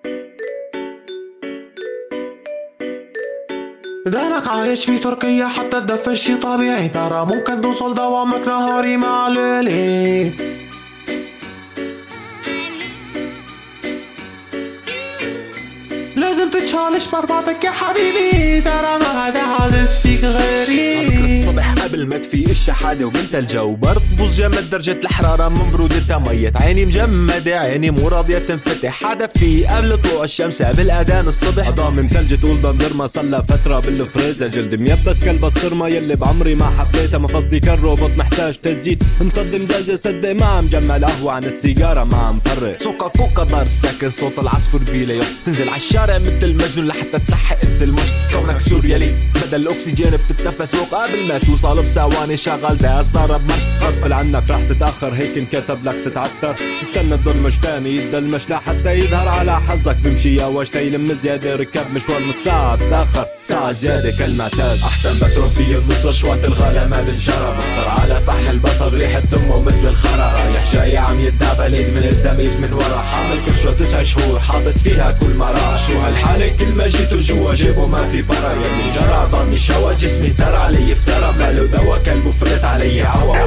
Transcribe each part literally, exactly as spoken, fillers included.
دانك عايش في تركيا حتى تدفى شي طبيعي، ترى ممكن توصل دوامك نهاري مع ليلي. لازم تتشالش برباطك يا حبيبي، ترى ما حدا حاسس فيك غيري. عسكرة الصبح قبل ما تفيق الشحادة وبنت الجو برد بوز جمد درجة الحرارة من برودتها ميت عيني مجمدة، عيني مو راضية تنفتح. حدا في قبل طلوع الشمس قبل أذان الصبح ضامن ثلج تقول ضندر ما صلى فترة بالفريزة. جلد ميبس كالبسطرمة يلي بعمري ما حبيتها، مفصلي كالروبوت محتاج تزييت. مصدم زازة صدق ما عم جمع القهوة عن السيجارة ما عم فرق. سوكا كوكا دار الساكن صوت العصفور بيلي تنزل عالشارع مثل مجنون لحتى تلحق انت المشط. كونك سوريالي بدل الاكسجين بتتنفس فوق قبل ما توصل بثواني شغل داس ضرب مرش. غصب عنك راح تتاخر هيك انكتب لك تتعثر، تستنى تضل مش تاني يتدلمش لحتى يظهر على حظك. بمشي يا وجتيل من زيادة ركب مشوار من ساعة بتاخر ساعة زيادة كالمعتاد. احسن بترون في النص شوات الغلا ما بنجرى، بفطر على فح البصل ريحة تمه مثل الخرا. رايح جاي عم يتدابل ايد من قدام ايد من ورا، حامل كل شو تسع شهور حاطط فيها كل مرة. شو هالحالة كل ما جيتو جوا جيبه ما في برا، يلي جرى ضمي شوا جسمي ترى علي يفترى. ماله دوا كلبه فرت علي عوا،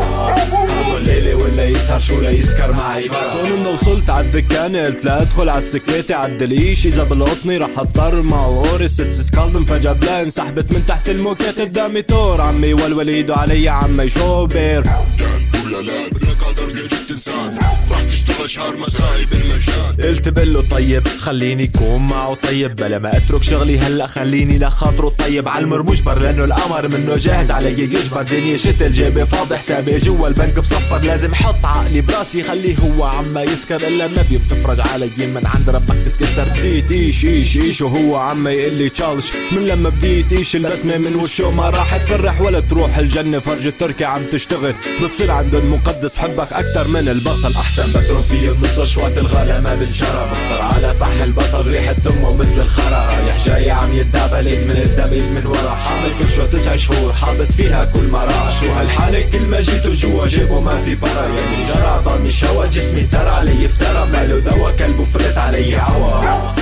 هو الليلة ولا يسهر شو لا يسكر معي برا. صون انه وصلت عالدكانة قلت لا ادخل عالسكريتة عدليش اذا بلقطني رح اضطر مع اورس السكالدم. فجأة بلا انسحبت من تحت الموكيت قدامي تور عمي والوليد علي عمي شوبير. ولا لا بدك قدر جيت تنسان رح تشتغل شهر مسائي بالمجال. قلت بله طيب خليني كون معه طيب بلا ما اترك شغلي هلا خليني لخاطره طيب. عالمر مجبر لانه القمر منه جاهز علي يجبر. دنيا شتل جيبي فاضي حسابي جوا البنك بصفر. لازم حط عقلي براسي خليه هو عما يسكر، الا ما بتفرج علي من عند ربك تتكسر. بديت ايش ايش ايش وهو عما يقول لي تشالش. من لما بديت ايش البسمة من وشه ما راح تفرح ولا تروح الجنة. فرج التركي عم تشتغل بتصير عنده المقدس حبك اكتر من البصل. احسن بترون في النص شوات الغلا ما بنجرى، بفطر على فح البصل ريحة تمه مثل الخرا. رايح جاي عم يتدابل ايد من قدام ايد من ورا، حامل كل شو تسع شهور حاطط فيها كل مرة. شو هالحالة كل ما جيتو جوا جيبه ما في برا، يلي جرى ضمي شوا جسمي ترى علي يفترى. ماله دوا كلبه فرت علي عوا،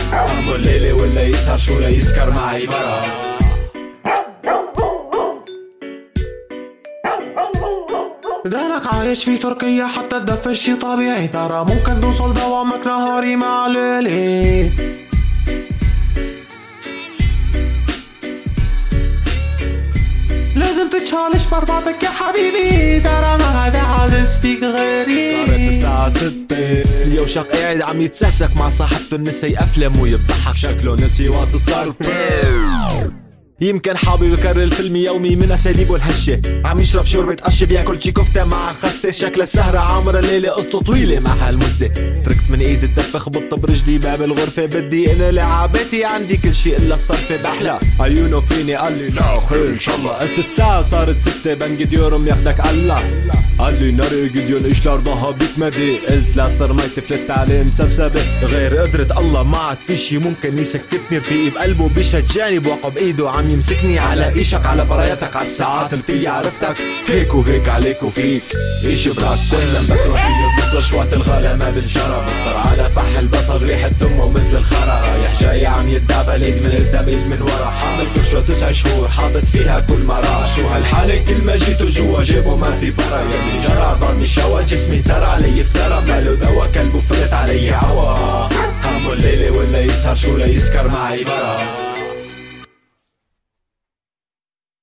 هو الليلة ولا يسهر شو لا يسكر معي برا. دانك عايش في تركيا حتى تدفى شي طبيعي، ترى ممكن توصل دوامك نهاري مع ليلي. لازم تتشالش برباطك يا حبيبي، ترى ما حدا حاسس فيك غيري. صارت الساعة ستة اليوشق قاعد عم يتسكسك مع صاحبته النسا يأفلم ويضحك. شكله نسي وقت الصرف، يمكن حابب يكرر الفيلم يومي من اساليبه الهشه. عم يشرب شوربة قش بياكل شي كفتة مع خسة. شكل السهرة عامرة الليلة قصته طويلة مع هالمزة. تركت من ايد الدفة خبطت برجلي باب الغرفة. بدي انا لعباتي عندي كل شي الا الصرفة. بحلى عيونه فيني قال لي لا خير ان شاء الله. قلت الساعة صارت ستة بن جديورم ياخدك الله. قال لي ناري جديون ايش لارضها بيتمدي. قلت لا صار ميتي فلت عليه مسبسبة. غير قدرة الله ما عاد في شي ممكن يسكتني. رفيقي بقلبه بيشجعني بوقع بايده عم يمسكني على ايشك على براياتك على الساعات الفية. عرفتك هيك وهيك عليك وفيك ايش براك تهلم. بتروح في النص شوات الغلا ما بنجرى، بفطر على فح البصل ريحة تمه مثل الخرا. رايح جاي عم يتدابل ايد من قدام ايد من ورا، حامل كل شو تسع شهور حاطط فيها كل مرة. شو هالحالة كل ما جيتو جوا جيبه ما في برا، يلي جرى ضمي شوا جسمي ترى علي يفترى. ماله دوا كلبه فرت علي عوا، همه الليلة ولا يسهر شو لا يسكر معي برا.